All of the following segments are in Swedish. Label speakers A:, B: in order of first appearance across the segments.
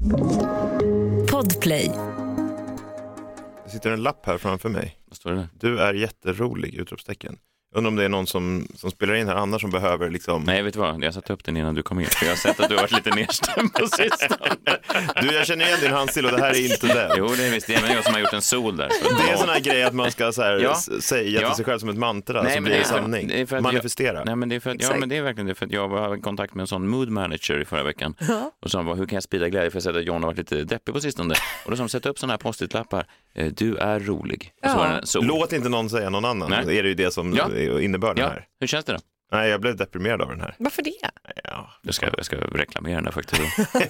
A: Podplay.
B: Det sitter en lapp här framför mig.
C: Vad står det?
B: Du är jätterolig, utropstecken. Undrar om det är någon som spelar in här annars som behöver liksom...
C: Nej, vet du vad? Jag satte upp den innan du kom in. För jag har sett att du har varit lite nedstämd på sistone.
B: Du, jag känner igen din handstil och det här är inte det.
C: Jo, det är visst. Det är jag som har gjort en sol där. Så
B: det är en sån här grej att man ska så här,
C: Ja.
B: säga till sig själv som ett mantra. Nej, som blir sanning.
C: Det är för att
B: manifestera.
C: Nej, men det är för att, ja, men det är verkligen det. För att jag var i kontakt med en sån mood manager i förra veckan. Och sa, hur kan jag sprida glädje? För jag sett att John har varit lite deppig på sistone. Och då sa de, sätta upp såna här post-it-lappar. Du är rolig. Och så var det en sol.
B: Låt inte någon säga någon annan. Nej. Det är ju det som är innebörden här.
C: Hur känns det då?
B: Nej, jag blev deprimerad av den här.
D: Varför det?
B: Ja,
C: Jag ska reklamera den här fakturan.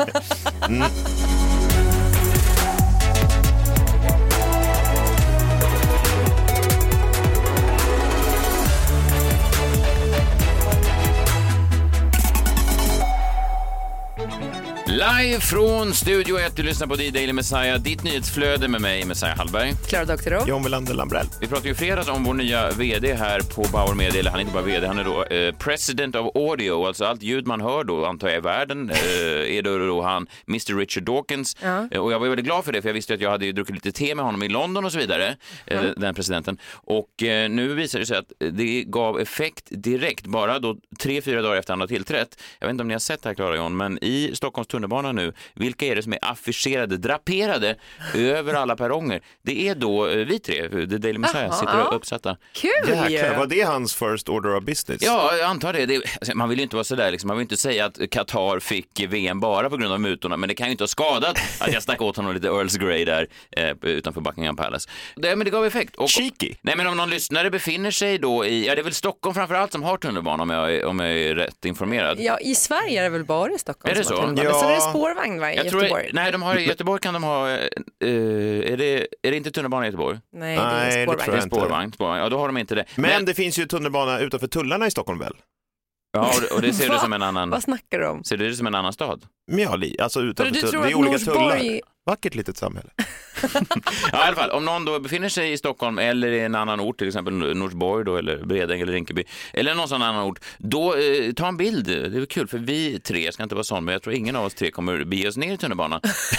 C: Live från Studio 1, du lyssnar på D-Daily Messiah, ditt nyhetsflöde med mig, Messiah Hallberg.
D: Klara Doktorow.
B: John Melander Lambrell.
C: Vi pratade ju fredags om vår nya vd här på Bauer Media, eller han är inte bara vd, han är då president of audio, alltså allt ljud man hör då, antar jag i världen, är då han Mr. Richard Dawkins. Och jag var väldigt glad för det, för jag visste att jag hade druckit lite te med honom i London och så vidare, den presidenten. Och nu visar det sig att det gav effekt direkt, bara då 3-4 dagar efter han har tillträtt. Jag vet inte om ni har sett det här, Klara John, men i Stockholms tunnelbana nu, vilka är det som är affischerade, draperade över alla perronger? Det är då vi tre, The Daily Messiah, sitter uppsatta.
D: Kul!
B: Jäklar, var det hans first order of business?
C: Ja, jag antar det. Alltså, man vill ju inte vara sådär, liksom. Man vill inte säga att Qatar fick VM bara på grund av mutorna, men det kan ju inte ha skadat att jag stack åt honom lite Earls Grey där utanför Buckingham Palace. Men det gav effekt. Och,
B: cheeky.
C: Nej, men om någon lyssnare befinner sig då i, det är väl Stockholm framförallt som har tunnelbana om jag är rätt informerad.
D: Ja, i Sverige är det väl bara i Stockholm.
C: Är det så?
D: Ja. Så är det spårvagn i Göteborg.
C: Nej, i Göteborg kan de ha, är det inte tunnelbana i Göteborg?
D: Nej, det är spårvagn.
C: Det är spårvagn. Ja, då har de inte det.
B: Men det finns ju tunnelbana utanför tullarna i Stockholm väl?
C: Ja, och det ser du som en annan...
D: Vad snackar du om?
C: Ser du det som en annan stad?
B: Ja, alltså utanför tullarna. Det är olika tullar. Vackert litet samhälle.
C: Ja, i alla fall, om någon då befinner sig i Stockholm eller i en annan ort, till exempel Norsborg då, eller Bredäng eller Rinkeby, eller någon sån annan ort, då ta en bild. Det är kul, för vi tre ska inte vara sån, men jag tror ingen av oss tre kommer bege oss ner i tunnelbanan.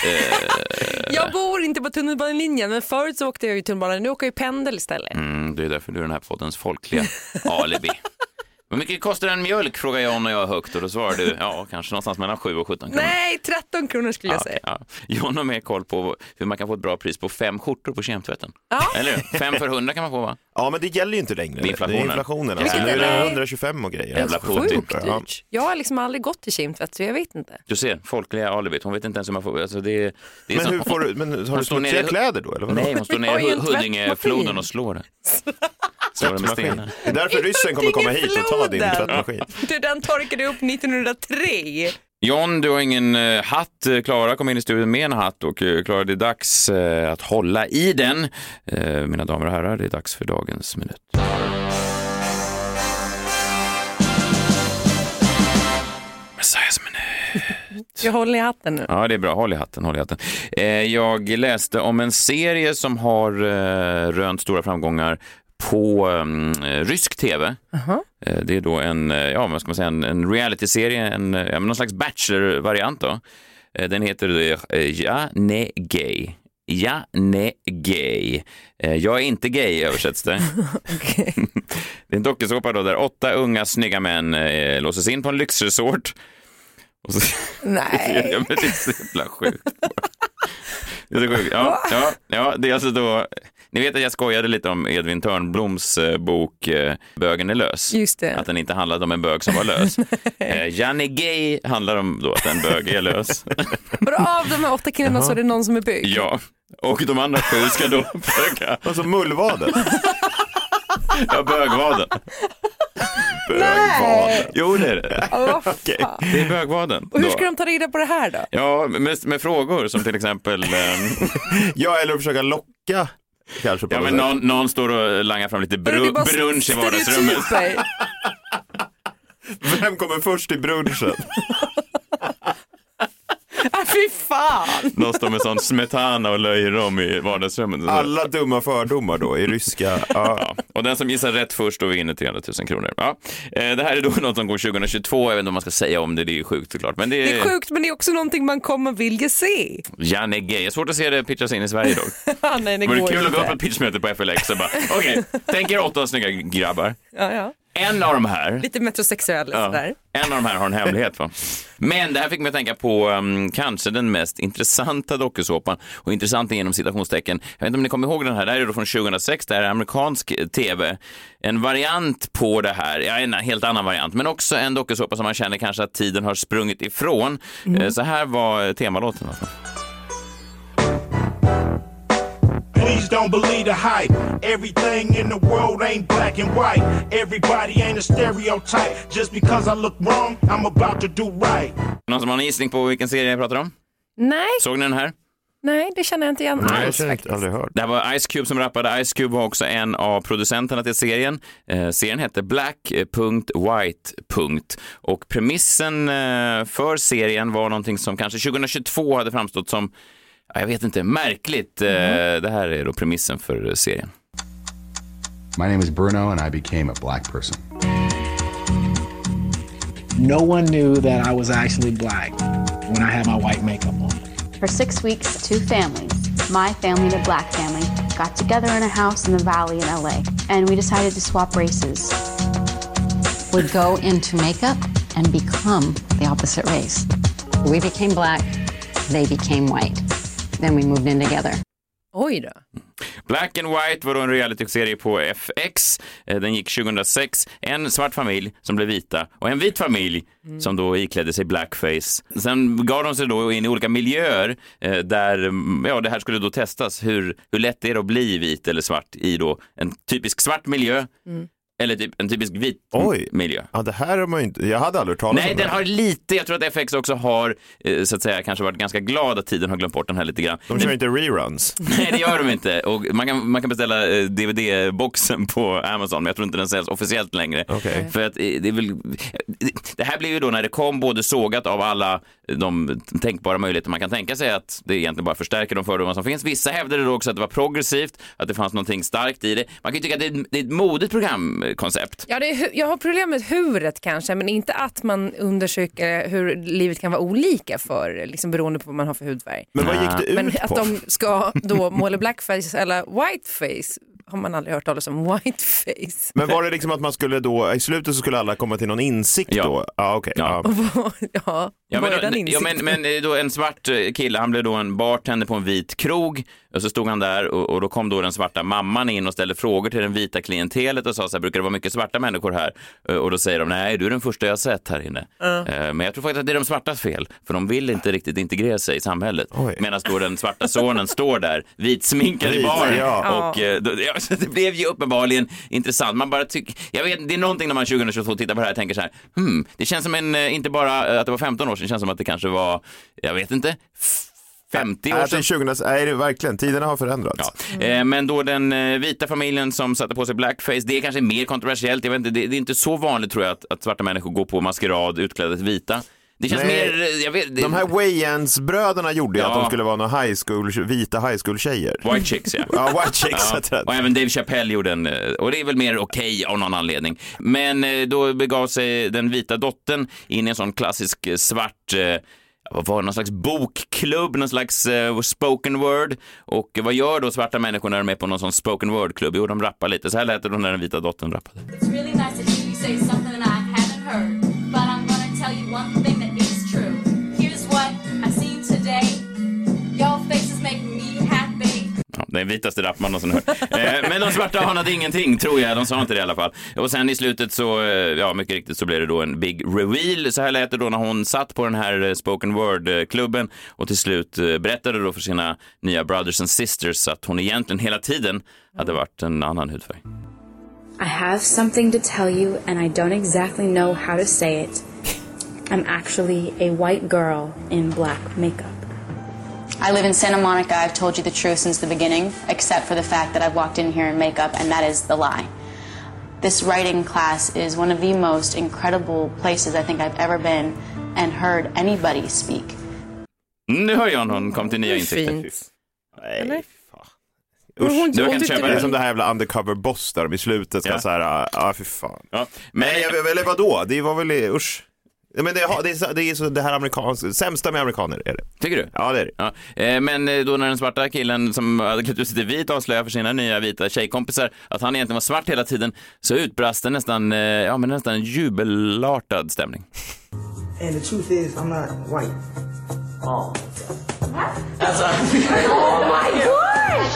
D: Jag bor inte på tunnelbanelinjen, men förut så åkte jag i tunnelbanan. Nu åker jag pendel istället.
C: Det är därför du är den här poddens folkliga alibi. Hur mycket kostar en mjölk, frågar jag när jag är högt, och då svarar du, kanske någonstans mellan 7 och 17 kronor.
D: Nej, 13 kronor skulle jag säga.
C: Ja. Jag har mer koll på hur man kan få ett bra pris på 5 skjortor på kemtvätten.
D: Ja.
C: Eller 5 för 100 kan man få, va?
B: Ja, men det gäller ju inte längre.
C: Det är inflationen.
B: Alltså. Nu är det 125 och grejer.
C: Jävla
D: sjukt dyrt. Jag har liksom aldrig gått till kemtvätt, så jag vet inte.
C: Du ser, folkliga alibit. Hon vet inte ens hur man får... Alltså det
B: men
C: som,
B: hur får du... Men har du smutsiga kläder då? Eller vad?
C: Nej, hon står ner i Huddingefloden och slår det. Det
B: är därför ryssen kommer komma hit och ta din tvättmaskin.
D: Den torkade upp 1903.
C: John, du har ingen hatt. Klara kom in i studion med en hatt och Klara, det är dags att hålla i den. Mina damer och herrar, det är dags för dagens minut. Messiahs minut.
D: Jag håller i hatten nu.
C: Ja, det är bra. Håll i hatten. Jag läste om en serie som har rönt stora framgångar på rysk tv. Det är då en reality-serie, någon slags bachelor-variant då. Den heter Ja, nej, gay. Ja, nej, gay. Jag är inte gay, översätts det.
D: Okay.
C: Det är en dokusåpa då där 8 unga snygga män låses in på en lyxresort. Och så...
D: Nej.
C: Ja, men det är så jävla sjukt. Det är så sjukt. Ja, det är alltså då... Ni vet att jag skojade lite om Edvin Törnbloms bok Bögen är lös.
D: Just det.
C: Att den inte handlade om en bög som var lös. Janne Gay handlar om då att en bög är lös.
D: Och av de här 8 killarna så är det någon som är bög?
C: Ja, och de andra 7 ska då försöka.
B: Alltså mullvaden.
C: Ja, bögvaden.
D: Nej.
C: Jo, det är det.
B: Okay.
C: Det är bögvaden.
D: Och hur ska de ta reda på det här då?
C: Ja, med frågor som till exempel...
B: Ja, eller försöka locka. Kanske på
C: men någon står och langar fram lite brunch i vardagsrummet.
B: Vem kommer först i brunchen?
D: Fy fan!
C: De står med sån smetana och löjrom i vardagsrummet.
B: Alla dumma fördomar då i ryska.
C: Ja. Och den som gissar rätt först då vinner 300 000 kronor. Ja. Det här är då något som går 2022. Jag vet inte om man ska säga om det, det är sjukt såklart. Men det är
D: sjukt, men det är också någonting man kommer vilja se.
C: Janne Gay. Det är svårt att se det pitchas in i Sverige då.
D: Nej, det
C: var
D: går
C: det kul
D: inte.
C: att gå på ett pitchmöte på FLX och bara, okej, tänk er 8 snygga grabbar.
D: Ja.
C: En av de här...
D: Lite metrosexuell sådär.
C: En av de här har en hemlighet, va? Men det här fick mig att tänka på kanske den mest intressanta dokusåpan. Och intressant genom citationstecken. Jag vet inte om ni kommer ihåg den här. Det här är då från 2006. Det här är amerikansk tv. En variant på det här. Ja, en helt annan variant. Men också en dokusåpa som man känner kanske att tiden har sprungit ifrån. Så här var temalåten. Alltså.
A: Please don't believe the hype. Everything in the world ain't black and white. Everybody ain't a stereotype. Just because I look wrong, I'm about to do right.
C: Någon som har en gissning på vilken serie jag pratar om?
D: Nej.
C: Såg ni den här?
D: Nej, det känner jag inte igen alls.
B: Jag har aldrig hört.
C: Det här var Ice Cube som rappade. Ice Cube var också en av producenterna till serien. Serien hette Black.White. Och premissen för serien var någonting som kanske 2022 hade framstått som, jag vet inte, märkligt. Det här är då premissen för serien.
E: My name is Bruno and I became a black person.
F: No one knew that I was actually black when I had my white makeup on.
G: For 6 weeks, 2 families, my family and a black family, got together in a house in the Valley in LA, and we decided to swap races.
H: Would go into makeup and become the opposite race. We became black, they became white. Then we moved in together.
D: Oj då.
C: Black and White var då en reality-serie på FX. Den gick 2006. En svart familj som blev vita och en vit familj som då iklädde sig blackface. Sen gav de sig då in i olika miljöer där det här skulle då testas. Hur lätt det är att bli vit eller svart i då en typisk svart miljö. Eller typ en typisk vit miljö.
B: Ja, det här har man ju inte... Jag hade aldrig talat om det.
C: Nej, den har lite... Jag tror att FX också har, så att säga, kanske varit ganska glad att tiden har glömt bort den här lite grann.
B: De kör inte reruns.
C: Nej, det gör de inte. Och man kan beställa DVD-boxen på Amazon, men jag tror inte den säljs officiellt längre.
B: Okay.
C: För att det är väl... Det här blev ju då när det kom både sågat av alla de tänkbara möjligheter man kan tänka sig att det egentligen bara förstärker de fördomar som finns. Vissa hävdade då också att det var progressivt, att det fanns någonting starkt i det. Man kan ju tycka att det är ett modigt programkoncept.
D: Ja, jag har problem med huret kanske, men inte att man undersöker hur livet kan vara olika för, liksom beroende på vad man har för hudfärg.
B: Men vad gick det ut
D: men
B: på?
D: Att de ska då måla blackface eller whiteface har man aldrig hört talas om whiteface.
B: Men var det liksom att man skulle då, i slutet så skulle alla komma till någon insikt då? Ja, okej.
C: Ja. Men då en svart kille, han blev då en bartender på en vit krog och så stod han där och då kom då den svarta mamman in och ställde frågor till den vita klientelet och sa så här, brukar det vara mycket svarta människor här? Och då säger de, nej, du är den första jag har sett här inne. Men jag tror faktiskt att det är de svartas fel, för de vill inte riktigt integrera sig i samhället. Medan då den svarta sonen står där, vitsminkad i baren. Och så det blev ju uppenbarligen intressant. Man bara jag vet, det är någonting när man 2022 tittar på det här och tänker så här, det känns som inte bara att det var 15 år sedan, det känns som att det kanske var, jag vet inte, 50 år sedan.
B: Nej, det är verkligen, tiderna har förändrats.
C: Ja. Men då den vita familjen som satte på sig blackface, det är kanske mer kontroversiellt. Jag vet inte, det är inte så vanligt tror jag att svarta människor går på maskerad utklädda till vita. Det känns mer, jag vet,
B: de här Wayans-bröderna gjorde ju att de skulle vara några vita high school-tjejer.
C: White chicks, ja.
B: Ja, white chicks. Ja.
C: Och även Dave Chappelle gjorde en, och det är väl mer okej av någon anledning. Men då begav sig den vita dottern in i en sån klassisk svart... vad var det, någon slags bokklubb, någon slags spoken word. Och vad gör då svarta människor när de är på någon sån spoken word-klubb? Jo, de rappar lite. Så här lät det då när den vita dottern rappade.
I: It's really nice to hear you say something that I haven't heard. But I'm gonna tell you one thing that is true. Here's what I seen today. Your faces make me happy.
C: Ja, den vitaste rap man någonsin hört. Men de svarta anade ingenting, tror jag. De sa inte det i alla fall. Och sen i slutet så, mycket riktigt så blev det då en big reveal. Så här lät det då när hon satt på den här spoken word-klubben och till slut berättade då för sina nya brothers and sisters att hon egentligen hela tiden hade varit en annan hudfärg.
J: I have something to tell you and I don't exactly know how to say it. I'm actually a white girl in black makeup.
G: I live in Santa Monica. I've told you the truth since the beginning, except for the fact that I've walked in here in makeup, and that is the lie. This writing class is one of the most incredible places I think I've ever been and heard anybody speak.
C: Nu hör jag hon kom till nya insikter.
B: Nej, fan. Usch,
C: du kan inte köpa
B: det är
C: det.
B: som det här jävla undercover boss där i slutet ska så här, fy fan.
C: Ja.
B: Nej, eller vadå? Det var väl, usch. Men det är så det här amerikanska, sämsta med amerikaner är det.
C: Tycker du?
B: Ja, det är det.
C: Ja. Men då när den svarta killen som hade klätt ut sig till vit avslöjade för sina nya vita tjejkompisar att han egentligen var svart hela tiden, så utbrast det nästan en jubelartad stämning.
K: And the truth is, I'm not white. Oh.
I: Oh my god!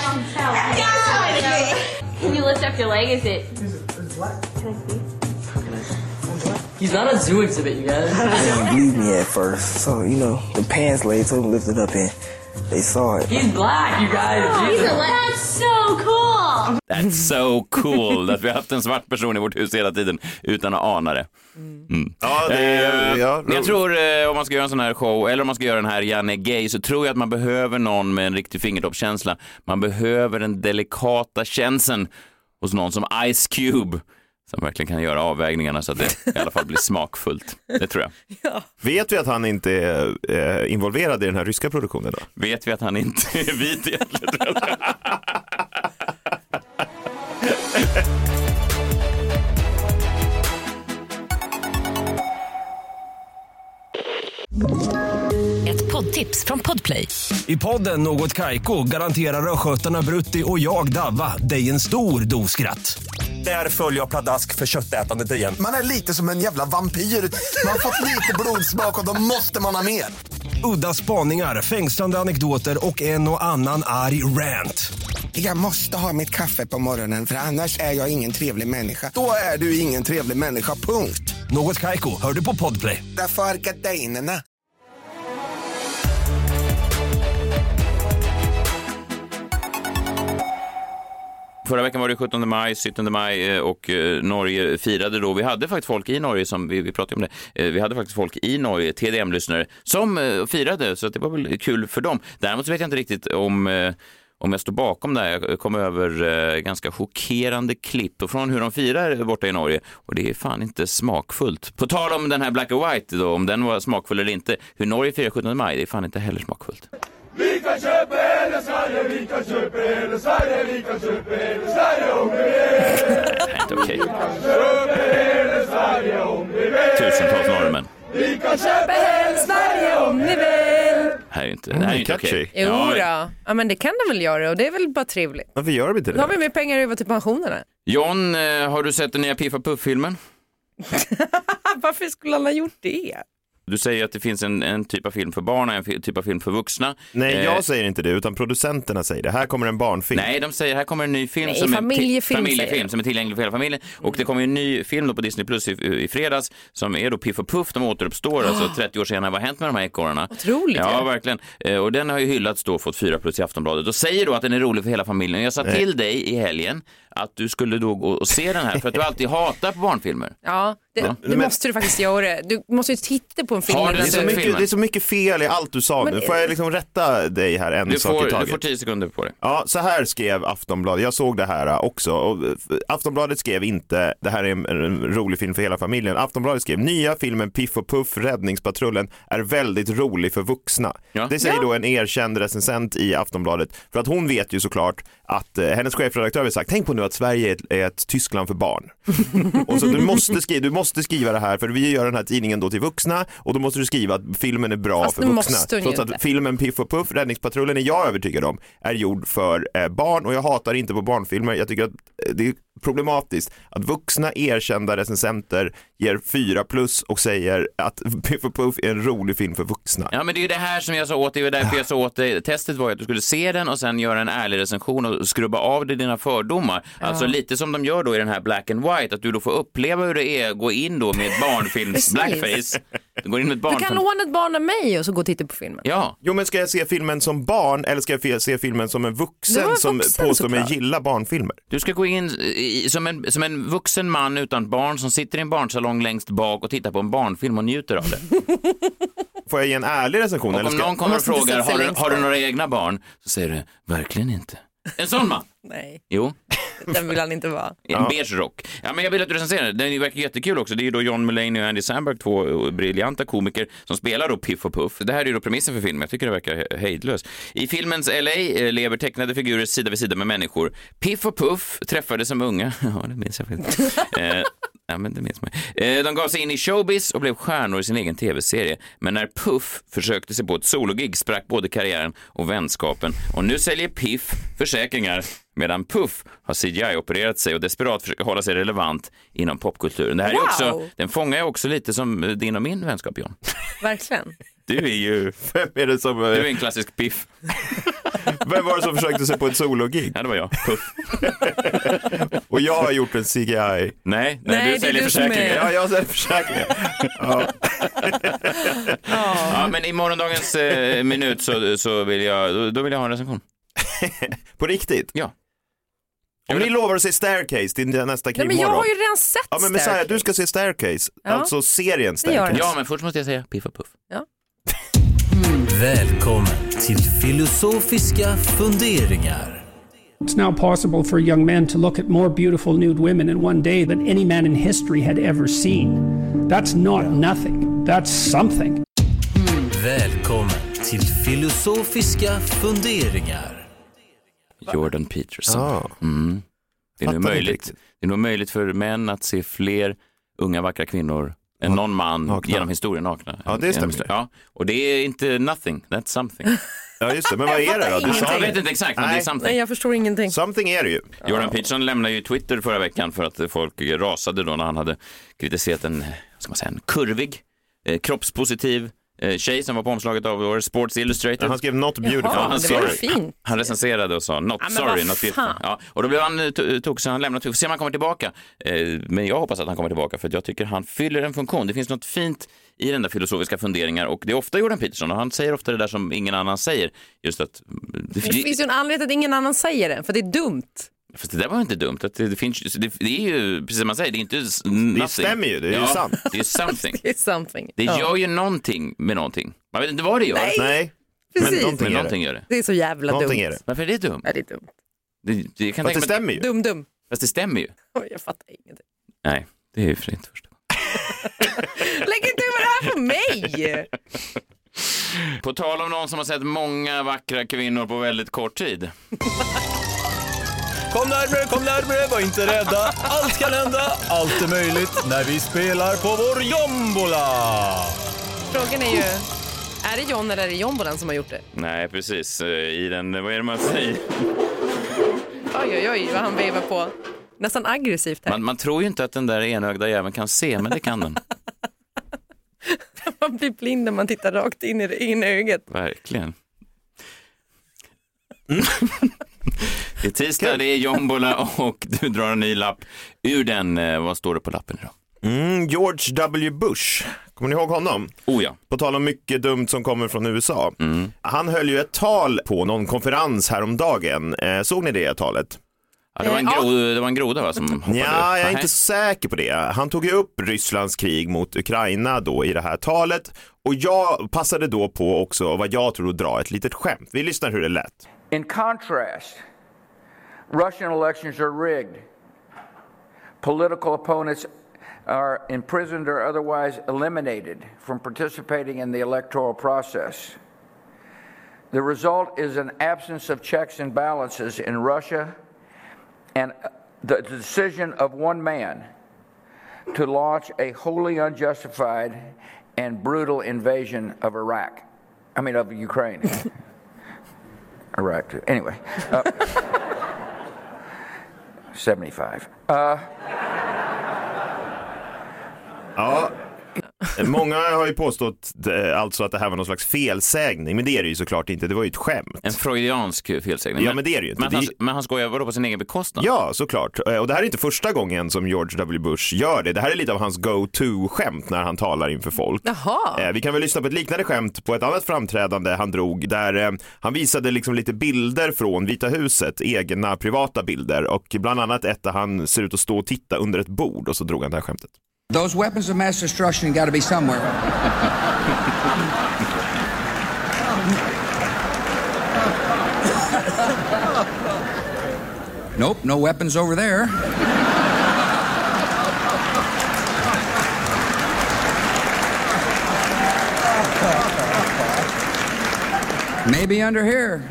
I: Can you lift up your leg? Is it? Can I see?
K: He's not a zoo exhibit, you guys. They didn't believe me at first, so the pants lady told them to lift it up and they saw it.
I: He's black, you guys. That's so cool.
C: That's so cool att vi har haft en svart person i vårt hus hela tiden utan att ana det.
B: Ja,
C: Men jag tror om man ska göra en sån här show eller om man ska göra den här Janne Gay, så tror jag att man behöver någon med en riktig fingertoppskänsla. Man behöver den delikata känslan hos någon som Ice Cube som verkligen kan göra avvägningarna så att det i alla fall blir smakfullt. Det tror jag.
D: Ja.
B: Vet vi att han inte är involverad i den här ryska produktionen då?
C: Vet vi att han inte är vit egentligen?
L: Ett poddtips från Podplay.
M: I podden Något Kaiko garanterar röskötarna Brutti och jag Davva dig en stor doskratt. Där följer jag pladask för köttätandet igen.
N: Man är lite som en jävla vampyr. Man har fått lite blodsmak och då måste man ha mer.
M: Udda spaningar, fängslande anekdoter och en och annan arg rant.
N: Jag måste ha mitt kaffe på morgonen för annars är jag ingen trevlig människa. Då är du ingen trevlig människa, punkt.
M: Något Kaiko, hör du på Podplay.
N: Därför är gardinerna.
C: Förra veckan var det 17 maj, 17 maj och Norge firade då. Vi hade faktiskt folk i Norge som, vi pratade om det, vi hade faktiskt folk i Norge, TDM-lyssnare, som firade, så det var väl kul för dem. Däremot så vet jag inte riktigt om jag står bakom det här. Jag kom över ganska chockerande klipp från hur de firar borta i Norge. Och det är fan inte smakfullt. På tal om den här Black and White då, om den var smakfull eller inte. Hur Norge firar 17 maj, det är fan inte heller smakfullt.
O: Vi kan köpa hela Sverige, vi kan köpa hela Sverige, vi kan köpa hela Sverige om vi vill.
C: Inte okej.
O: Vi kan köpa hela Sverige om vi vill.
C: Tusentals norrmän.
O: Vi kan köpa hela Sverige om ni vill.
C: Det här är inte okej.
D: Jo då. Ja, men det kan de väl göra och det är väl bara trevligt.
B: Varför gör de inte det?
D: Då har vi mer pengar över till pensionerna.
C: John, har du sett den nya Piff och Puff-filmen?
D: Varför skulle han ha gjort det?
C: Du säger att det finns en typ av film för barn och en typ av film för vuxna.
B: Nej, jag säger inte det, utan producenterna säger det. Här kommer en barnfilm.
C: Nej, de säger här kommer en ny film.
D: Nej,
C: som
D: familjefilm
C: som är tillgänglig för hela familjen. Och det kommer en ny film då på Disney Plus i fredags som är då Piff och Puff. De återuppstår, alltså 30 år senare. Vad har hänt med de här ekorrarna?
D: Otroligt.
C: Ja, verkligen. Och den har ju hyllats då, fått 4+ i Aftonbladet. Och säger då att den är rolig för hela familjen. Jag sa till dig i helgen att du skulle då gå och se den här för att du alltid hatar på barnfilmer.
D: Ja, det måste du faktiskt göra. Du måste ju titta på en film.
B: Det är så mycket fel i allt du sa nu. Får jag liksom rätta dig här en sak i taget?
C: Du får 10 sekunder på det.
B: Ja, så här skrev Aftonbladet. Jag såg det här också. Och Aftonbladet skrev inte det här är en rolig film för hela familjen. Aftonbladet skrev nya filmen Piff och Puff, Räddningspatrullen är väldigt rolig för vuxna. Ja. Det säger då en erkänd recensent i Aftonbladet. För att hon vet ju såklart att hennes chefredaktör har sagt, tänk på nu att Sverige är ett Tyskland för barn. Och så du måste skriva det här, för vi gör den här tidningen då till vuxna, och då måste du skriva att filmen är bra för vuxna. Trots att filmen Piff och Puff, Räddningspatrullen, är jag övertygad om är gjord för barn, och jag hatar inte på barnfilmer. Jag tycker att det är problematiskt att vuxna erkända recensenter ger 4+ och säger att Piff och Puff är en rolig film för vuxna.
C: Ja, men det är ju det här som jag sa åt dig, det var därför jag sa åt dig. Testet var ju att du skulle se den och sen göra en ärlig recension och skrubba av dig dina fördomar. Ja. Alltså lite som de gör då i den här Black and White, att du då får uppleva hur det är att gå in då med ett barnfilms blackface. Du går in med ett
D: Du kan låna ett barn av mig och så gå och titta på filmen.
C: Ja.
B: Jo, men ska jag se filmen som barn eller ska jag se filmen som en vuxen som påstår mig gilla barnfilmer?
C: Du ska gå in som en vuxen man utan barn som sitter i en barnsalong längst bak och tittar på en barnfilm och njuter av det.
B: Får jag ge en ärlig recension?
C: Och om någon kommer och frågar, har du några egna barn? Så säger du, verkligen inte. En sån man?
D: Nej.
C: Jo.
D: Den vill han inte vara.
C: En beige rock. Ja, men jag vill att du recenserar den. Den verkar jättekul också. Det är ju då John Mulaney och Andy Samberg, två briljanta komiker som spelar då Piff och Puff. Det här är ju då premissen för filmen. Jag tycker det verkar hejdlöst. I filmens LA lever tecknade figurer sida vid sida med människor. Piff och Puff träffades som unga. Ja, det minns jag faktiskt. Ja, men det minns man. De gav sig in i showbiz och blev stjärnor i sin egen tv-serie. Men när Puff försökte sig på ett sologig sprack både karriären och vänskapen. Och nu säljer Piff försäkringar medan Puff har CGI-opererat sig och desperat försöker hålla sig relevant inom popkulturen. Det här är också, den fångar ju också lite som din och min vänskap, John.
D: Verkligen.
B: Du är ju... Vem är det som...
C: Du är en klassisk Piff.
B: Vem var det som försökte sig på ett sologig?
C: Ja, det var jag. Puff.
B: Och jag har gjort en CGI.
C: Nej, du säljer försäkringar.
B: Ja, jag säljer försäkringar.
C: Ja, men i morgondagens minut så vill jag ha en recension.
B: På riktigt?
C: Ja.
B: Om ni lovar att se Staircase till nästa krig.
D: Men jag har ju redan sett
B: Ja, men Messiah, du ska se Staircase.
D: Ja.
B: Alltså serien Staircase.
C: Ja, men först måste jag säga Piff och Puff.
D: Ja.
P: Välkommen till filosofiska funderingar.
Q: It's now possible for young men to look at more beautiful nude women in one day than any man in history had ever seen. That's not nothing. That's something.
P: Välkommen till filosofiska funderingar.
C: Jordan Peterson. Det är nog möjligt för män att se fler unga vackra kvinnor än någon man genom historien nakna.
B: Ja, det stämmer.
C: Ja, och det är inte nothing, that's something.
B: Ja, just det. Men vad är det då?
C: Jag vet inte exakt, men det är something.
D: Nej, jag förstår ingenting.
B: Something är det ju.
C: Jordan Peterson lämnade ju Twitter förra veckan för att folk rasade då när han hade kritiserat en kurvig, kroppspositiv tjej som var på omslaget av Sports Illustrated.
B: Han skrev not beautiful.
D: Jaha, det var fint.
C: Han recenserade och sa not sorry, not beautiful. Ja, och då blev han tog så han lämnade Twitter. Se om han kommer tillbaka. Men jag hoppas att han kommer tillbaka för att jag tycker han fyller en funktion. Det finns något fint i den där filosofiska funderingar och det är ofta Jordan Peterson och han säger ofta det där som ingen annan säger. Just att
D: det finns ju en anledning att ingen annan säger det, för det är dumt.
C: Fast det där var inte dumt. Att det är ju, precis som man säger, det är inte
B: nothing. Det stämmer ju, det är ju sant.
C: Det är something.
D: Det är something.
C: Det gör ju någonting med någonting. Man vet inte vad det gör.
B: Nej.
C: Men någonting gör det.
D: Det är så jävla dumt.
B: Är det.
C: Varför är det dumt?
D: Ja, det är dumt.
C: Det kan
B: fast det stämmer ju.
D: Dum.
C: Fast det stämmer ju.
D: Jag fattar ingenting.
C: Nej, det är ju för inte första.
D: Lägg inte över det här för mig!
C: På tal om någon som har sett många vackra kvinnor på väldigt kort tid.
P: Kom närmare, var inte rädda. Allt kan hända, allt är möjligt när vi spelar på vår jombola.
D: Frågan är ju, är det John eller är det jombolan som har gjort det?
C: Nej, precis. I den, vad är det man säger?
D: Oj, vad han vevar på. Nästan aggressivt här.
C: Man tror ju inte att den där enögda jäveln kan se, men det kan den.
D: Man blir blind när man tittar rakt in i ögat.
C: Verkligen. Det är tisdag, det är jombola och du drar en ny lapp ur den. Vad står det på lappen idag?
B: George W. Bush. Kommer ni ihåg honom?
C: Oh ja.
B: På tal om mycket dumt som kommer från USA. Han höll ju ett tal på någon konferens häromdagen. Såg ni det talet?
C: Ja, det var en groda va, som hoppade.
B: Ja, jag är inte säker på det. Han tog ju upp Rysslands krig mot Ukraina då i det här talet. Och jag passade då på också vad jag tror att dra ett litet skämt. Vi lyssnar hur det lät.
R: In contrast, Russian elections are rigged. Political opponents are imprisoned or otherwise eliminated from participating in the electoral process. The result is an absence of checks and balances in Russia and the decision of one man to launch a wholly unjustified and brutal invasion of of Ukraine. Iraq too. Anyway, 75.
B: Ja, många har ju påstått alltså att det här var någon slags felsägning, men det är det ju såklart inte, det var ju ett skämt.
C: En freudiansk felsägning.
B: Ja, men det är det ju inte.
C: Men han skojar vadå på sin egen bekostnad?
B: Ja, såklart. Och det här är inte första gången som George W. Bush gör det. Det här är lite av hans go-to-skämt när han talar inför folk.
D: Jaha.
B: Vi kan väl lyssna på ett liknande skämt på ett annat framträdande han drog där han visade liksom lite bilder från Vita huset, egna privata bilder och bland annat ett där han ser ut att stå och titta under ett bord och så drog han det här skämtet.
S: Those weapons of mass destruction got to be somewhere. Nope, no weapons over there. Maybe under here.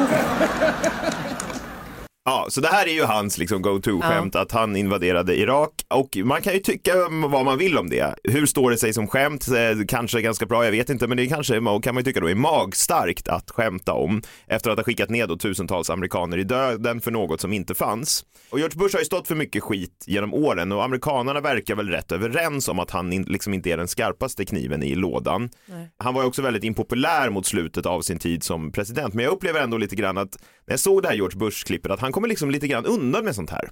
B: Ja, så det här är ju hans liksom go-to-skämt, att han invaderade Irak. Och man kan ju tycka vad man vill om det. Hur står det sig som skämt? Kanske ganska bra, jag vet inte. Men det kanske kan man ju tycka då är magstarkt att skämta om. Efter att ha skickat ned då tusentals amerikaner i döden för något som inte fanns. Och George Bush har ju stått för mycket skit genom åren. Och amerikanerna verkar väl rätt överens om att han liksom inte är den skarpaste kniven i lådan. Nej. Han var ju också väldigt impopulär mot slutet av sin tid som president. Men jag upplever ändå lite grann att när jag såg det här George Bush-klippet att han kommer liksom lite grann undan med sånt här.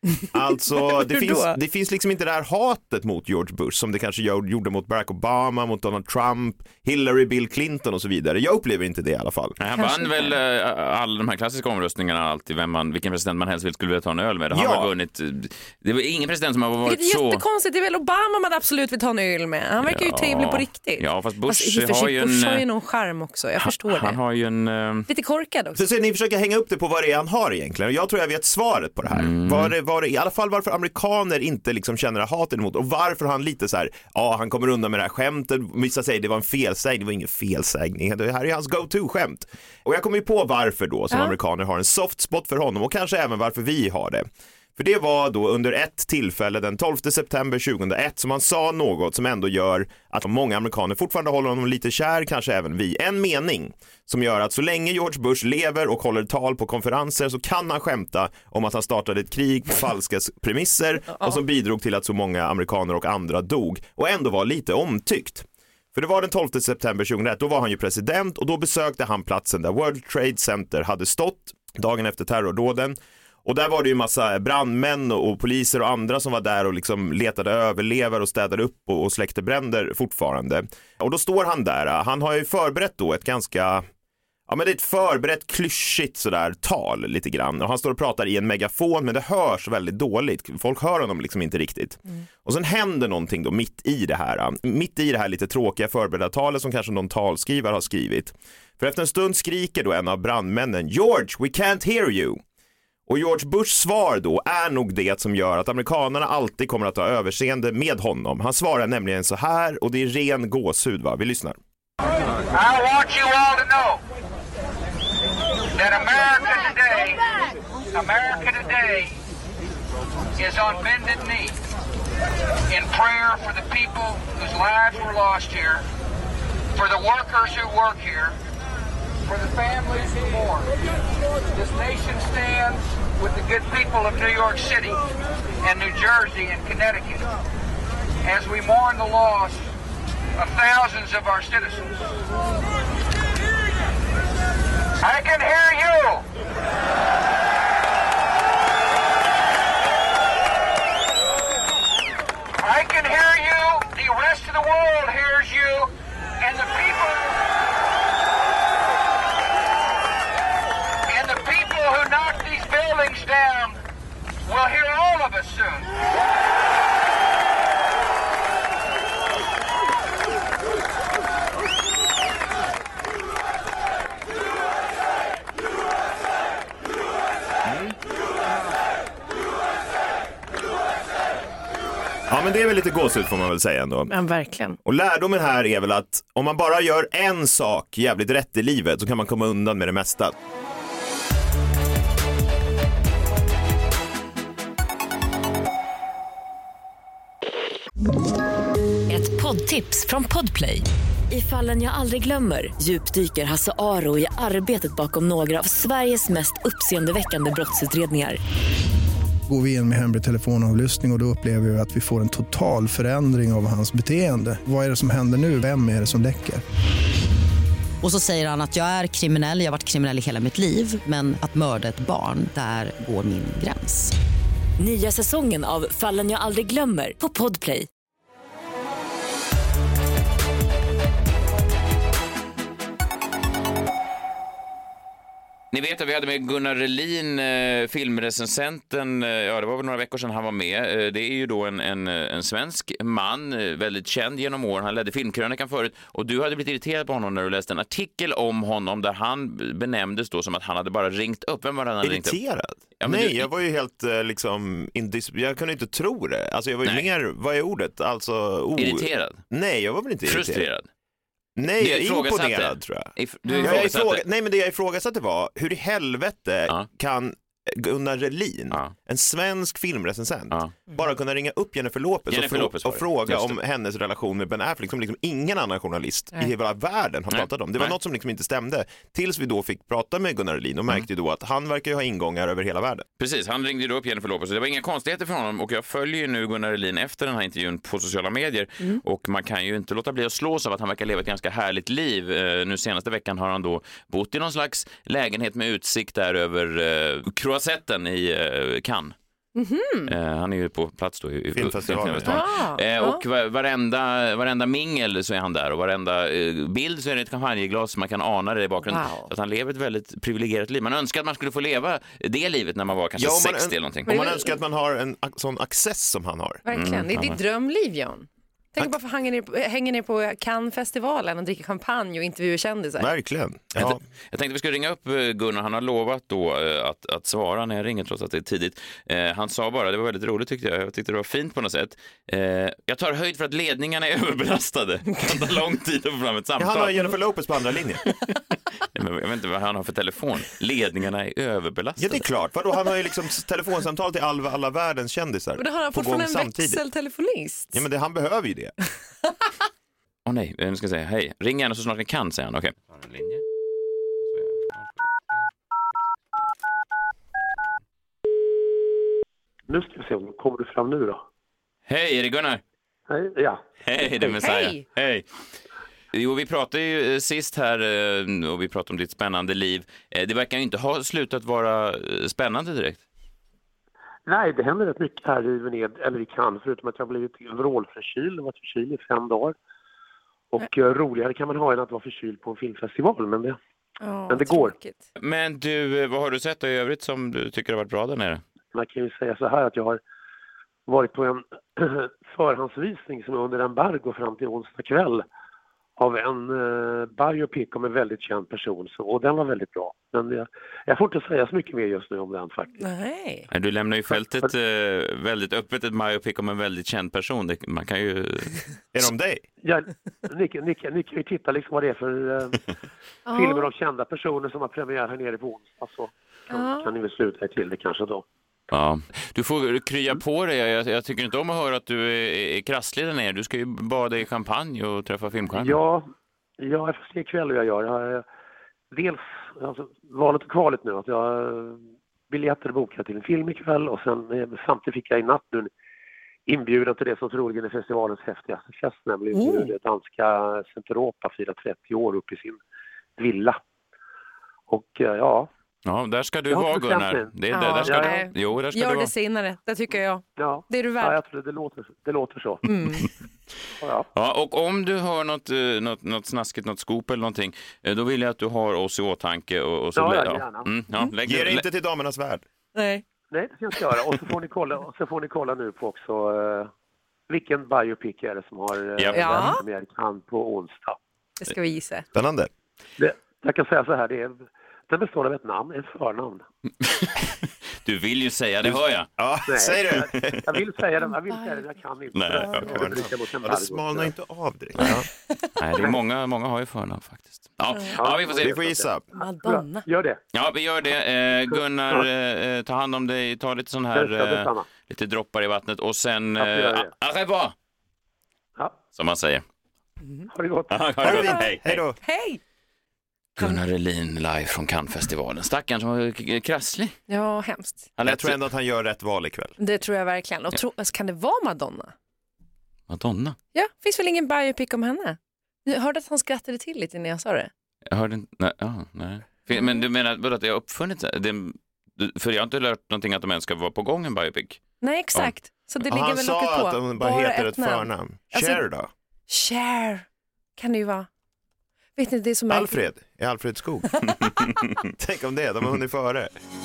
B: Alltså det finns liksom inte det här hatet mot George Bush som det kanske gjorde mot Barack Obama, mot Donald Trump, Hillary, Bill Clinton och så vidare. Jag upplever inte det i alla fall.
C: Han vann väl alla de här klassiska omröstningarna alltid, vilken president man helst skulle vilja ta en öl med. Han har vunnit. Det var ingen president som har varit så...
D: Det är jättekonstigt, det är väl Obama man absolut vill ta en öl med. Han verkar ju trevlig på riktigt.
C: Ja, fast Bush har ju
D: Bush har ju någon charm också, jag förstår det.
C: Han har ju en...
D: Lite korkad också.
B: Så ni försöker hänga upp det på vad det är han har egentligen. Jag tror jag vet svaret på det här. Var det, i alla fall varför amerikaner inte liksom känner hatet emot och varför han lite så här, han kommer undan med det här skämtet. Vissa säger det var en felsägning, det var ingen felsägning. Det här är hans go-to-skämt. Och jag kommer ju på varför då som amerikaner har en soft spot för honom och kanske även varför vi har det. För det var då under ett tillfälle den 12 september 2001 som han sa något som ändå gör att många amerikaner fortfarande håller honom lite kär, kanske även vi. En mening som gör att så länge George Bush lever och håller tal på konferenser så kan han skämta om att han startade ett krig på falska premisser och som bidrog till att så många amerikaner och andra dog och ändå var lite omtyckt. För det var den 12 september 2001, då var han ju president och då besökte han platsen där World Trade Center hade stått dagen efter terrordåden. Och där var det ju massa brandmän och poliser och andra som var där och liksom letade överlevare och städade upp och släckte bränder fortfarande. Och då står han där, han har ju förberett då ett ganska, men det är ett förberett klyschigt sådär tal lite grann. Och han står och pratar i en megafon men det hörs väldigt dåligt. Folk hör honom liksom inte riktigt. Och sen händer någonting då mitt i det här lite tråkiga förberedda talet som kanske någon talskrivare har skrivit. För efter en stund skriker då en av brandmännen, George, we can't hear you. Och George Bushs svar då är nog det som gör att amerikanerna alltid kommer att ha överseende med honom. Han svarar nämligen så här och det är ren gåshud, va? Vi lyssnar.
R: I want you all to know that America today is on bended knee in prayer for the people whose lives were lost here, for the workers who work here, for the families who mourn. This nation stands with the good people of New York City and New Jersey and Connecticut as we mourn the loss of thousands of our citizens. I can hear you! I can hear you, the rest of the world hears you, and the people who knock these buildings down will hear all of us soon.
B: Ja, men det är väl lite gåshud får man väl säga ändå.
D: Ja, verkligen.
B: Och lärdomen här är väl att om man bara gör en sak jävligt rätt i livet så kan man komma undan med det mesta.
L: Ett poddtips från Podplay. I Fallen jag aldrig glömmer djupdyker Hasse Aro i arbetet bakom några av Sveriges mest uppseendeväckande brottsutredningar.
T: Går vi in med hemlig telefonavlyssning och då upplever vi att vi får en total förändring av hans beteende. Vad är det som händer nu? Vem är det som läcker?
U: Och så säger han att jag är kriminell, jag har varit kriminell i hela mitt liv. Men att mörda ett barn, där går min gräns.
L: Nya säsongen av Fallen jag aldrig glömmer på Podplay.
C: Ni vet att vi hade med Gunnar Relin, filmrecensenten, det var väl några veckor sedan han var med. Det är ju då en svensk man, väldigt känd genom åren. Han ledde Filmkrönikan förut. Och du hade blivit irriterad på honom när du läste en artikel om honom där han benämndes då som att han hade bara ringt upp. Vem var det han hade ringt upp?
B: Irriterad? Ja, nej, jag var ju helt jag kunde inte tro det. Alltså jag var ju mer, vad är ordet? Alltså, irriterad? Nej, jag var väl inte irriterad.
C: Frustrerad?
B: Nej, jag är imponerad tror jag. Nej, men det jag ifrågasatte var hur i helvete kan Gunnar Relin, en svensk filmrecensent, bara kunna ringa upp Jennifer Lopez och fråga om hennes relation med Ben Affleck som liksom ingen annan journalist i hela världen har pratat om. Det var något som liksom inte stämde tills vi då fick prata med Gunnar Relin och märkte då att han verkar ju ha ingångar över hela världen.
C: Precis, han ringde då upp Jennifer Lopez och det var inga konstigheter för honom och jag följer ju nu Gunnar Relin efter den här intervjun på sociala medier och man kan ju inte låta bli att slås av att han verkar leva ett ganska härligt liv. Nu senaste veckan har han då bott i någon slags lägenhet med utsikt där över Croisetten i Cannes. Han är ju på plats då i filmfestivalen. Och varenda mingel så är han där och varenda bild så är det ett champagneglas så man kan ana det i bakgrunden. Att han lever ett väldigt privilegierat liv. Man önskar att man skulle få leva det livet när man var kanske 60 eller någonting.
B: Och man önskar att man har en sån access som han har.
D: Verkligen, det är ditt drömliv, Jan. Tänk bara för hänger ner på Cannes-festivalen och dricker champagne och intervjuer kändisar.
B: Verkligen.
C: Ja. Jag tänkte vi skulle ringa upp Gunnar. Han har lovat då att svara när jag ringer trots att det är tidigt. Han sa bara, det var väldigt roligt tyckte jag. Jag tyckte det var fint på något sätt. Jag tar höjd för att ledningarna är överbelastade. Det kan ta lång tid att få fram ett samtal.
B: Han har Jennifer Lopez på andra linjen.
C: Jag vet inte vad han har för telefon. Ledningarna är överbelastade.
B: Ja, det är klart. Vadå? Han har ju liksom telefonsamtal till alla världens kändisar.
D: Men då har han fortfarande en växeltelefonist.
B: Ja, men han behöver ju det.
C: Nej, nu ska jag säga hej. Ring gärna så snart ni kan, säger han. Okej.
A: Nu ska vi se om de kommer du fram nu då.
C: Hej, är det Gunnar?
A: Hej, ja.
C: Hej, det är Messiah. Hej. Jo, vi pratade ju sist här och vi pratade om ditt spännande liv. Det verkar ju inte ha slutat vara spännande direkt.
A: Nej, det händer rätt mycket här i Venedig, eller i Cannes, förutom att jag har blivit vrålförkyld. Jag har varit förkyld i 5 dagar. Och roligare kan man ha än att vara förkyld på en filmfestival, men det går.
C: Men du, vad har du sett i övrigt som du tycker har varit bra där nere?
A: Man kan ju säga så här att jag har varit på en förhandsvisning som är under embargo fram till onsdag kväll av en biopic om en väldigt känd person. Och den var väldigt bra. Men jag får inte säga så mycket mer just nu om den faktiskt.
D: Nej.
C: Du lämnar ju fältet väldigt öppet, ett biopic om en väldigt känd person. Man kan ju...
B: Är det om dig?
A: Ja, ni kan ju titta liksom vad det är för filmer om kända personer som har premiär här nere på onsdag. Så kan ni väl sluta till det kanske då.
C: Ja, du får krya på dig. Jag tycker inte om att höra att du är krasslig där nere. Du ska ju bada i champagne och träffa filmstjärnor.
A: Ja, jag får se ikväll hur jag gör. Jag har dels valet och kvalet nu. Att jag har biljetter bokade till en film ikväll och sen samtidigt fick jag i natt nu inbjudan till det som troligen är festivalens häftigaste fest, nämligen det danska Centeropa firar 30 år upp i sin villa. Och
C: Ja, där ska du vara, Gunnar. Där ska du. Jo, där ska
D: Gör
C: du vara.
D: det senare, det tycker jag.
A: Ja.
D: Det är du värd.
A: Ja, jag tror det låter så.
C: Ja, och om du hör något snaskigt, något skop eller någonting, då vill jag att du har oss i åtanke. Och så
A: gärna.
B: Ge det inte till damernas värld.
D: Nej,
A: det ska jag inte göra. Och så får ni kolla nu på också vilken biopic är det som har premiär på onsdag.
D: Det ska vi gissa.
B: Spännande.
A: Jag kan säga så här, den består av ett namn, en förnamn.
C: Du vill ju säga det, hör jag.
B: Ja, säg det.
A: Jag vill säga det, jag kan inte.
B: Det smalnar inte av direkt.
C: Nej, det är många har ju förnamn faktiskt. Ja, vi får se.
B: Vi får gissa.
D: Madonna.
A: Gör det.
C: Ja, vi gör det. Gunnar, ta hand om dig. Ta lite sån här, lite droppar i vattnet. Och sen, arreba! Som man säger.
A: Ha det gott.
C: Hej då.
D: Hej!
C: Gunnar Relin live från Cannes-festivalen. Stackaren som var krasslig.
D: Ja, hemskt.
B: Jag tror ändå att han gör rätt val ikväll.
D: Det tror jag verkligen. Och kan det vara Madonna?
C: Madonna?
D: Ja, finns väl ingen biopic om henne? Jag hörde att han skrattade till lite när jag sa det.
C: Jag hörde inte, nej. Men du menar att jag har uppfunnit det? För jag har inte lärt någonting att de ens ska vara på gång en biopic.
D: Nej, exakt. Så det ligger
B: han
D: väl
B: sa
D: locket på.
B: Att de bara heter ett förnamn. Cher då?
D: Cher kan det ju vara. Vet ni, det är som
B: Alfred. i Alfred Skog. Tänk om det, de har hunnit före.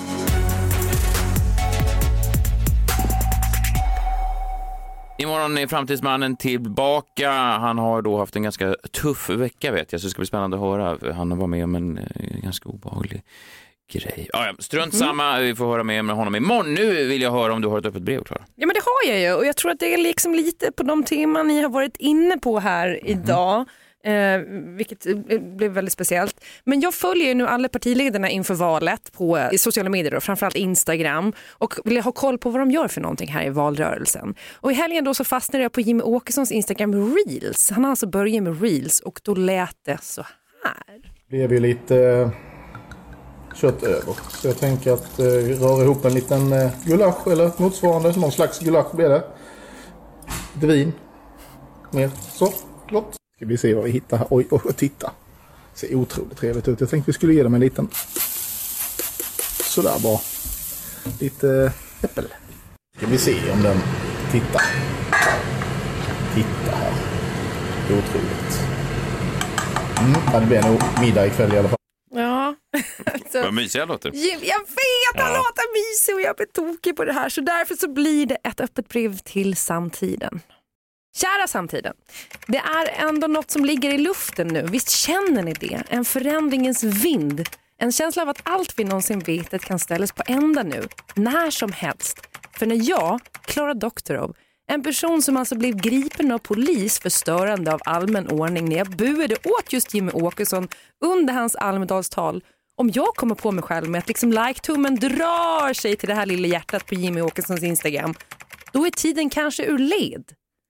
C: Imorgon är Framtidsmannen tillbaka. Han har då haft en ganska tuff vecka, vet jag, så det ska bli spännande att höra. Han var med om en ganska obehaglig grej. Strunt samma, vi får höra med honom imorgon. Nu vill jag höra om du har ett öppet brev, Klara.
D: Ja, men det har jag ju, och jag tror att det är liksom lite på de teman ni har varit inne på här idag. Vilket blev väldigt speciellt. Men jag följer ju nu alla partiledarna inför valet på sociala medier och framförallt Instagram, och vill ha koll på vad de gör för någonting här i valrörelsen. Och i helgen då så fastnade jag på Jimmy Åkessons Instagram Reels. Han har alltså börjat med Reels, och då lät det så här.
E: Det blev ju lite kött över. Så jag tänker att röra ihop en liten gulasch eller motsvarande. Någon slags gulasch blir det. Lite vin. Mer så. Gott. Ska vi se vad vi hittar här. Oj, titta. Det ser otroligt trevligt ut. Jag tänkte vi skulle ge dem en liten sådär bara. Lite äppel. Ska vi se om den tittar. Titta här. Otroligt. Det blir nog middag ikväll i alla fall.
D: Ja.
C: Vad mysig jag låter.
D: Jag vet, han låter mysig och jag blir tokig på det här. Så därför så blir det ett öppet brev till samtiden. Kära samtiden, det är ändå något som ligger i luften nu. Visst känner ni det? En förändringens vind. En känsla av att allt vi någonsin vetat kan ställas på ända nu. När som helst. För när jag, Klara Doktorov, en person som alltså blev gripen av polis för störande av allmän ordning när jag buade åt just Jimmy Åkesson under hans Almedalstal. Om jag kommer på mig själv med att liksom like-tummen drar sig till det här lilla hjärtat på Jimmy Åkessons Instagram, då är tiden kanske ur led.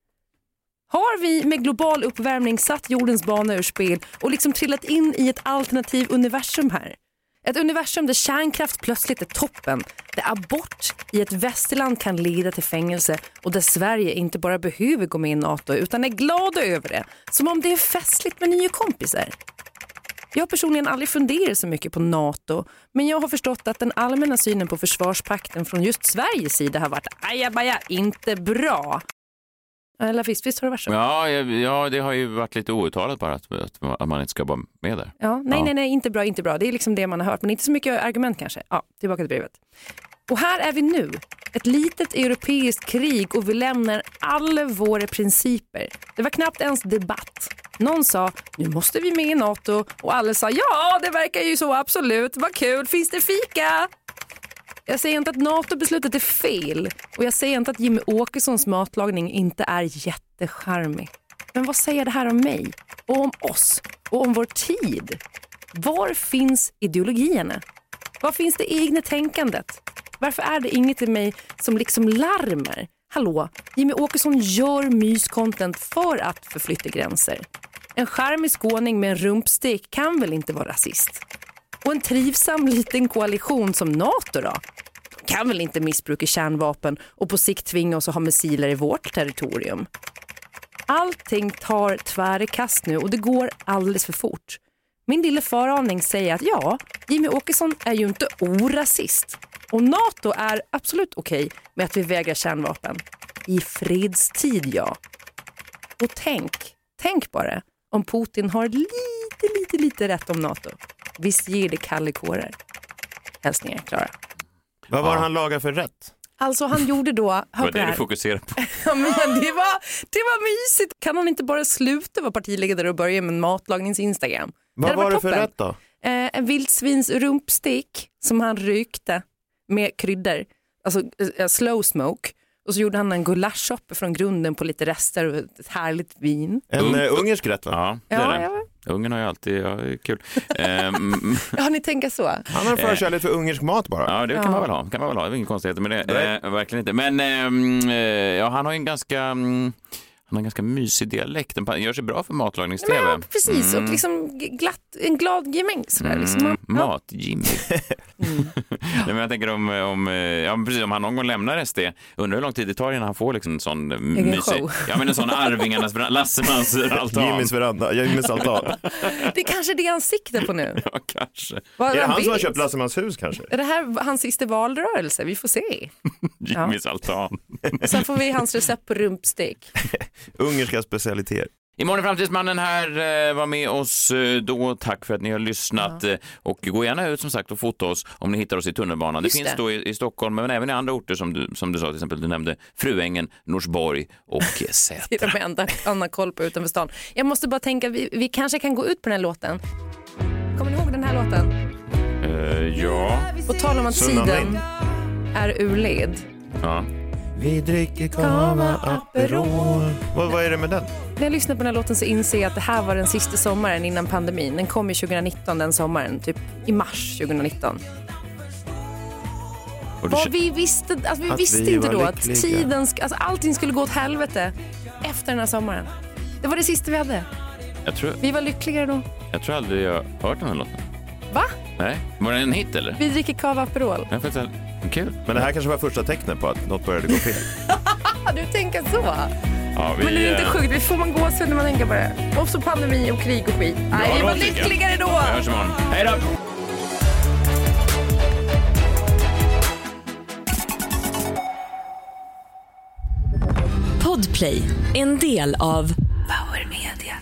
D: Har vi med global uppvärmning satt jordens bana ur spel och liksom trillat in i ett alternativ universum här? Ett universum där kärnkraft plötsligt är toppen, där abort i ett västerland kan leda till fängelse och där Sverige inte bara behöver gå med i NATO utan är glada över det, som om det är festligt med nya kompisar. Jag har personligen aldrig funderat så mycket på NATO, men jag har förstått att den allmänna synen på försvarspakten från just Sveriges sida har varit ajabaja, inte bra. Eller visst har det varit så?
C: Ja, det har ju varit lite outtalat bara att man inte ska vara med där.
D: Ja, nej, inte bra. Det är liksom det man har hört, men inte så mycket argument kanske. Ja, tillbaka till brevet. Och här är vi nu. Ett litet europeiskt krig och vi lämnar alla våra principer. Det var knappt ens debatt. Någon sa, nu måste vi med i NATO. Och alla sa, ja, det verkar ju så, absolut. Vad kul, finns det fika? Jag säger inte att NATO-beslutet är fel. Och jag säger inte att Jimmy Åkessons matlagning inte är jättecharmig. Men vad säger det här om mig? Och om oss? Och om vår tid? Var finns ideologierna? Var finns det egna tänkandet? Varför är det inget i mig som liksom larmar? Hallå, Jimmy Åkesson gör myscontent för att förflytta gränser. En charmig skåning med en rumpstek kan väl inte vara rasist? Och en trivsam liten koalition som NATO då? De kan väl inte missbruka kärnvapen och på sikt tvinga oss att ha missiler i vårt territorium? Allting tar tvära kast nu och det går alldeles för fort. Min lilla föraning säger att ja, Jimmy Åkesson är ju inte orasist. Och NATO är absolut okej med att vi vägrar kärnvapen. I fredstid, ja. Och tänk bara om Putin har lite rätt om NATO. Visst ger det kalla kårar. Hälsningar, Klara.
B: Vad var han lagar för rätt?
D: Alltså han gjorde då...
C: Vad är det du fokuserar på?
D: Ja, men det var mysigt. Kan han inte bara sluta vara partiledare och börja med matlagnings Instagram?
B: Vad var det för rätt då?
D: En vildsvins rumpstick som han rykte med kryddor. Alltså slow smoke. Och så gjorde han en gulaschsoppa från grunden på lite rester och ett härligt vin.
B: En ungersk rätt, va?
C: Ja, det är det. Ungen har ju alltid kul.
D: Ja, ni tänker så.
B: Han har förkärlek för ungersk mat bara.
C: Ja, det kan man väl ha. Det är ingen konstighet med det. Verkligen inte. Men han har ju en ganska mysig dialekt. Den gör sig bra för matlagningstv.
D: Ja, precis. Och liksom en glad gemäng. Liksom.
C: Mat-Jimmy. Men jag tänker om han någon gång lämnar SD, undrar hur lång tid det tar innan han får liksom en sån mysig... Ja, men en sån Arvingarnas Lassemans altan.
B: Jimmys veranda, Jimmys altan.
D: Det är kanske det han siktar på nu.
C: Ja, kanske.
B: Är det han som har köpt Lassemans hus kanske?
D: Är det här hans sista valrörelse? Vi får se.
C: Jimmys altan.
D: Sen får vi hans recept på rumpstek.
B: Ungerska specialiteter.
C: Imorgon Framtidsmannen här var med oss då. Tack för att ni har lyssnat. Och gå gärna ut som sagt och fota oss om ni hittar oss i tunnelbanan. Det finns då i Stockholm, men även i andra orter som du sa, till exempel du nämnde Fruängen, Norsborg och Sätra.
D: Det är de enda Anna koll på utanför stan. Jag måste bara tänka, vi kanske kan gå ut på den här låten. Kommer ni ihåg den här låten?
C: Ja.
D: Och tala om att tiden är ur led.
C: Ja.
B: Vi dricker Cava Aperol. Vad är det med den?
D: När jag lyssnar på den här låten så inser jag att det här var den sista sommaren innan pandemin. Den kom ju 2019, den sommaren, typ i mars 2019. Vi visste inte då att tiden, alltså allting skulle gå åt helvete efter den här sommaren. Det var det sista vi hade. Vi var lyckligare då.
C: Jag tror aldrig jag hört den här låten.
D: Va?
C: Nej, var det en hit eller?
D: Vi dricker Cava Aperol.
C: Jag fattar. Kul.
B: Men det här kanske var första tecknet på att något började gå fel.
D: Du tänker så?
C: Ja,
D: men det är inte sjukt, får man gå sen när man tänker på det. Och så pandemi och krig och skit. Nej, vi var lyckligare då.
C: Vi hörs imorgon. Hej då!
L: Podplay, en del av Power Media.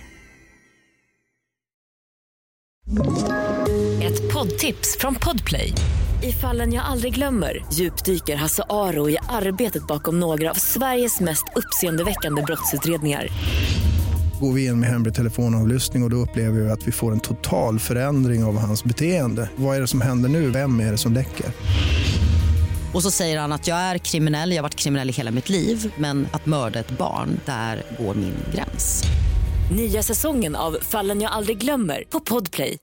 L: Ett poddtips från Podplay. I Fallen jag aldrig glömmer djupdyker Hasse Aro i arbetet bakom några av Sveriges mest uppseendeväckande brottsutredningar.
T: Går vi in med hemlig telefonavlyssning och då upplever vi att vi får en total förändring av hans beteende. Vad är det som händer nu? Vem är det som läcker?
U: Och så säger han att jag är kriminell, jag har varit kriminell i hela mitt liv. Men att mörda ett barn, där går min gräns.
L: Nya säsongen av Fallen jag aldrig glömmer på Podplay.